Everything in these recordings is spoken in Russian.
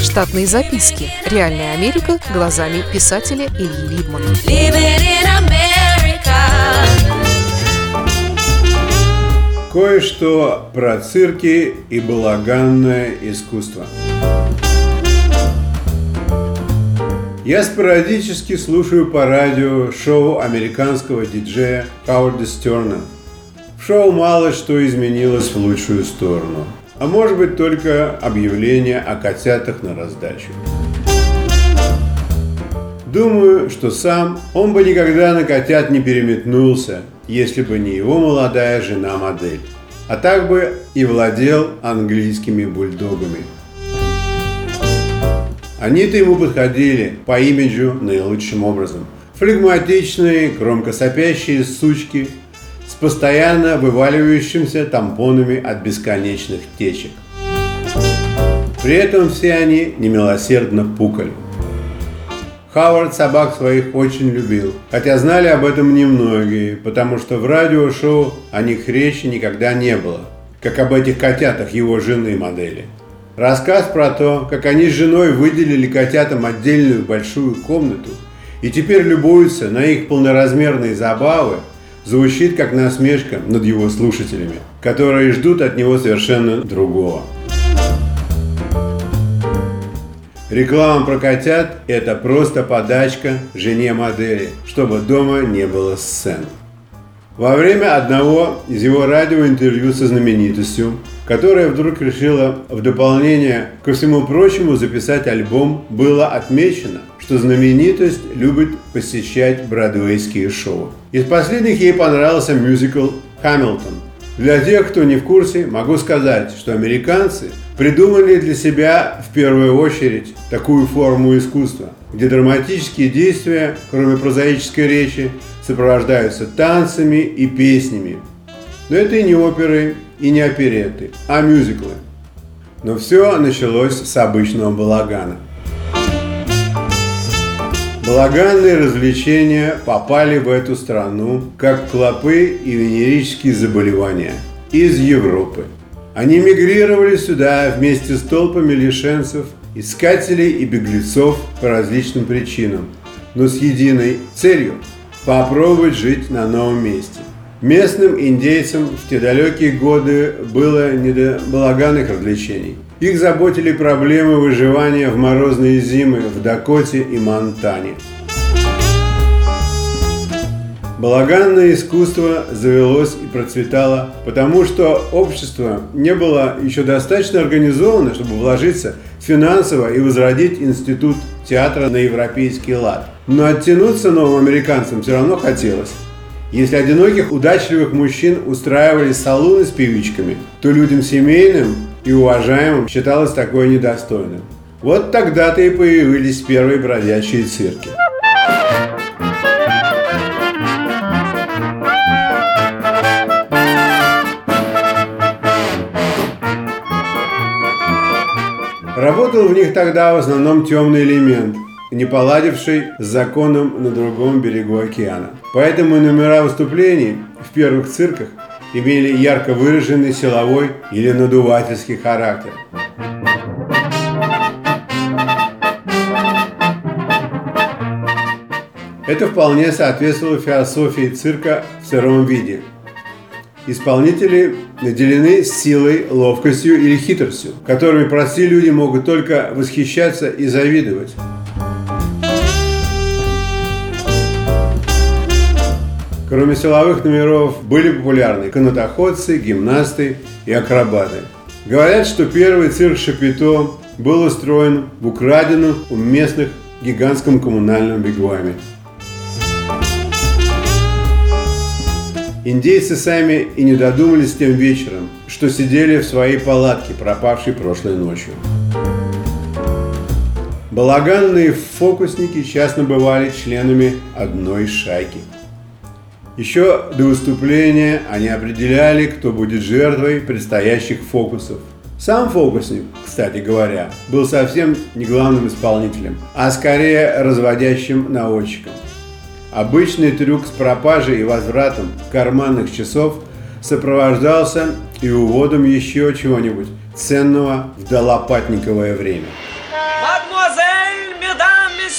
Штатные записки. Реальная Америка глазами писателя Ильи Либмана. Кое-что про цирки и балаганное искусство. Я спорадически слушаю по радио шоу американского диджея Хауарда Стерна. В шоу мало что изменилось в лучшую сторону, а может быть только объявление о котятах на раздачу. Думаю, что сам он бы никогда на котят не переметнулся, если бы не его молодая жена-модель, а так бы и владел английскими бульдогами. Они-то ему подходили по имиджу наилучшим образом. Флегматичные, громко сопящие сучки с постоянно вываливающимися тампонами от бесконечных течек. При этом все они немилосердно пукали. Хауард собак своих очень любил, хотя знали об этом немногие, потому что в радиошоу о них речи никогда не было, как об этих котятах его жены-модели. Рассказ про то, как они с женой выделили котятам отдельную большую комнату и теперь любуются на их полноразмерные забавы, звучит как насмешка над его слушателями, которые ждут от него совершенно другого. Реклама про котят – это просто подачка жене модели, чтобы дома не было сцен. Во время одного из его радиоинтервью со знаменитостью, которая вдруг решила в дополнение ко всему прочему записать альбом, было отмечено, что знаменитость любит посещать бродвейские шоу. Из последних ей понравился мюзикл «Хамилтон». Для тех, кто не в курсе, могу сказать, что американцы придумали для себя в первую очередь такую форму искусства, где драматические действия, кроме прозаической речи, сопровождаются танцами и песнями. Но это и не оперы, и не оперетты, а мюзиклы. Но все началось с обычного балагана. Балаганные развлечения попали в эту страну, как клопы и венерические заболевания, из Европы. Они мигрировали сюда вместе с толпами лишенцев, искателей и беглецов по различным причинам, но с единой целью – попробовать жить на новом месте. Местным индейцам в те далекие годы было не до балаганных развлечений. Их заботили проблемы выживания в морозные зимы в Дакоте и Монтане. Балаганное искусство завелось и процветало, потому что общество не было еще достаточно организовано, чтобы вложиться финансово и возродить институт театра на европейский лад. Но оттянуться новым американцам все равно хотелось. Если одиноких удачливых мужчин устраивали салуны с певичками, то людям семейным и уважаемым считалось такое недостойным. Вот тогда-то и появились первые бродячие цирки. Работал в них тогда в основном темный элемент, не поладивший с законом на другом берегу океана. Поэтому номера выступлений в первых цирках имели ярко выраженный силовой или надувательский характер. Это вполне соответствовало философии цирка в сыром виде. Исполнители наделены силой, ловкостью или хитростью, которыми простые люди могут только восхищаться и завидовать. Кроме силовых номеров были популярны канатоходцы, гимнасты и акробаты. Говорят, что первый цирк Шапито был устроен в украденном у местных гигантском коммунальном вигваме. Индейцы сами и не додумались тем вечером, что сидели в своей палатке, пропавшей прошлой ночью. Балаганные фокусники часто бывали членами одной шайки. Еще до выступления они определяли, кто будет жертвой предстоящих фокусов. Сам фокусник, кстати говоря, был совсем не главным исполнителем, а скорее разводящим наводчиком. Обычный трюк с пропажей и возвратом карманных часов сопровождался и уводом еще чего-нибудь ценного в долопатниковое время.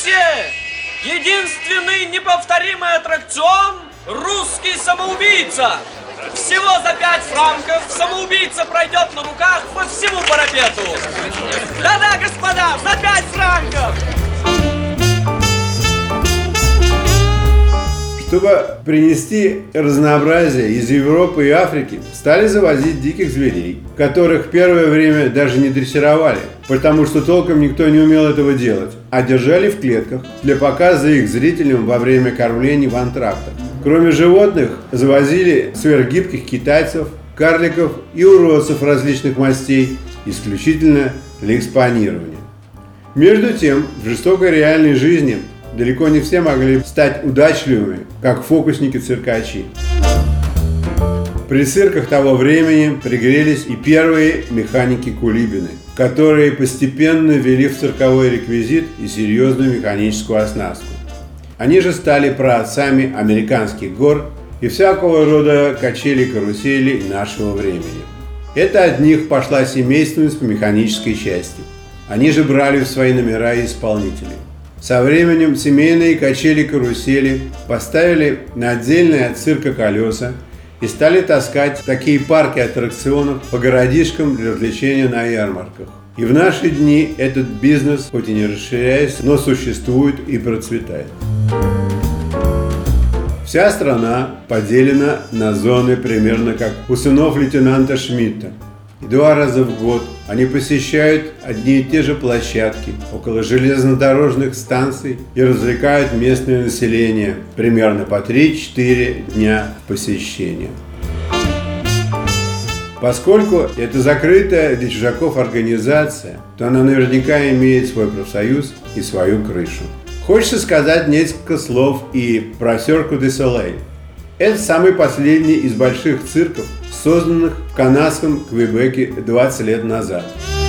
все! Единственный неповторимый аттракцион – русский самоубийца! Всего за 5 франков самоубийца пройдет на руках по всему парапету! Да-да, господа, за 5 франков! Чтобы принести разнообразие из Европы и Африки, стали завозить диких зверей, которых в первое время даже не дрессировали, потому что толком никто не умел этого делать, а держали в клетках для показа их зрителям во время кормлений в антрактах. Кроме животных, завозили сверхгибких китайцев, карликов и уродцев различных мастей, исключительно для экспонирования. Между тем, в жестокой реальной жизни далеко не все могли стать удачливыми, как фокусники-циркачи. При цирках того времени пригрелись и первые механики-кулибины, которые постепенно ввели в цирковой реквизит и серьезную механическую оснастку. Они же стали праотцами американских гор и всякого рода качелей-каруселей нашего времени. Это от них пошла семейственность по механической части. Они же брали в свои номера и исполнителей. Со временем семейные качели-карусели поставили на отдельные от цирка колеса и стали таскать такие парки аттракционов по городишкам для развлечения на ярмарках. И в наши дни этот бизнес, хоть и не расширяясь, но существует и процветает. Вся страна поделена на зоны примерно как у сынов лейтенанта Шмидта. И 2 раза в год они посещают одни и те же площадки около железнодорожных станций и развлекают местное население примерно по 3-4 дня посещения. Поскольку это закрытая для чужаков организация, то она наверняка имеет свой профсоюз и свою крышу. Хочется сказать несколько слов и про Cirque du Soleil. Это самый последний из больших цирков, созданных в канадском Квебеке 20 лет назад.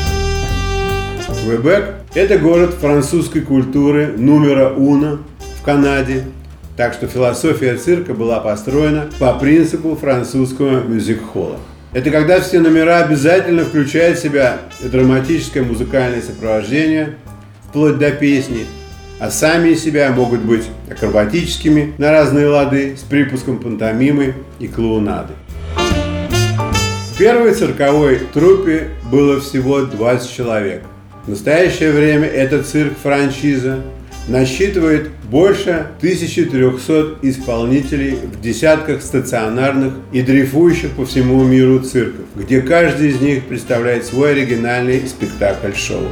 Квебек – это город французской культуры номера уно в Канаде, так что философия цирка была построена по принципу французского мюзик-холла. Это когда все номера обязательно включают в себя драматическое музыкальное сопровождение, вплоть до песни, а сами из себя могут быть акробатическими на разные лады с припуском пантомимы и клоунады. В первой цирковой труппе было всего 20 человек. В настоящее время этот цирк-франчиза насчитывает больше 1300 исполнителей в десятках стационарных и дрейфующих по всему миру цирков, где каждый из них представляет свой оригинальный спектакль-шоу.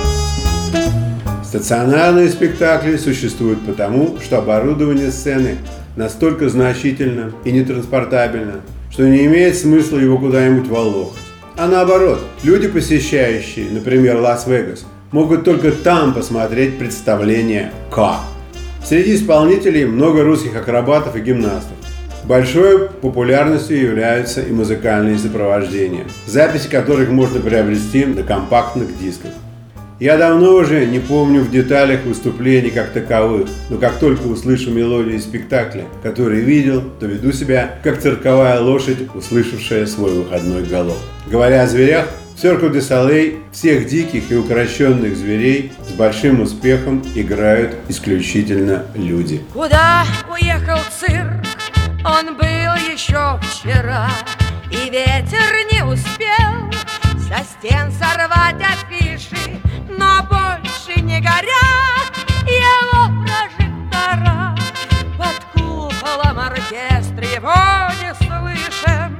Стационарные спектакли существуют потому, что оборудование сцены настолько значительно и нетранспортабельно, что не имеет смысла его куда-нибудь волокать. А наоборот, люди, посещающие, например, Лас-Вегас, могут только там посмотреть представление К. Среди исполнителей много русских акробатов и гимнастов. Большой популярностью являются и музыкальные сопровождения, записи которых можно приобрести на компактных дисках. Я давно уже не помню в деталях выступлений как таковых, но как только услышу мелодию спектакля, который видел, то веду себя как цирковая лошадь, услышавшая свой выходной галоп. Говоря о зверях, в Cirque du Soleil всех диких и укрощенных зверей с большим успехом играют исключительно люди. Куда уехал цирк? Он был еще вчера, и ветер не успел со стен сорвать афиши, но больше не горят его прожектора. Под куполом оркестр его не слышен,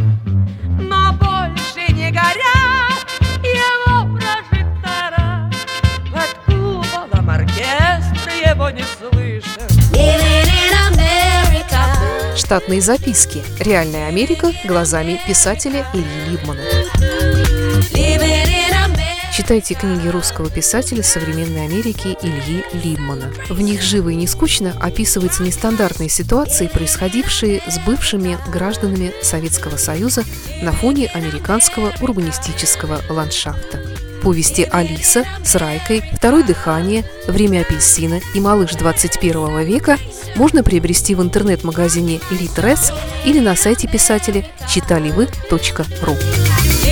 но больше не горят его прожектора. Под куполом оркестр его не слышен. Штатные записки. Реальная Америка глазами писателя Ильи Либмана. Читайте книги русского писателя современной Америки Ильи Либмана. В них живо и не скучно описываются нестандартные ситуации, происходившие с бывшими гражданами Советского Союза на фоне американского урбанистического ландшафта. Повести «Алиса», «С Райкой», «Второе дыхание», «Время апельсина» и «Малыш 21 века» можно приобрести в интернет-магазине Литрес или на сайте писателя читаливы.ру.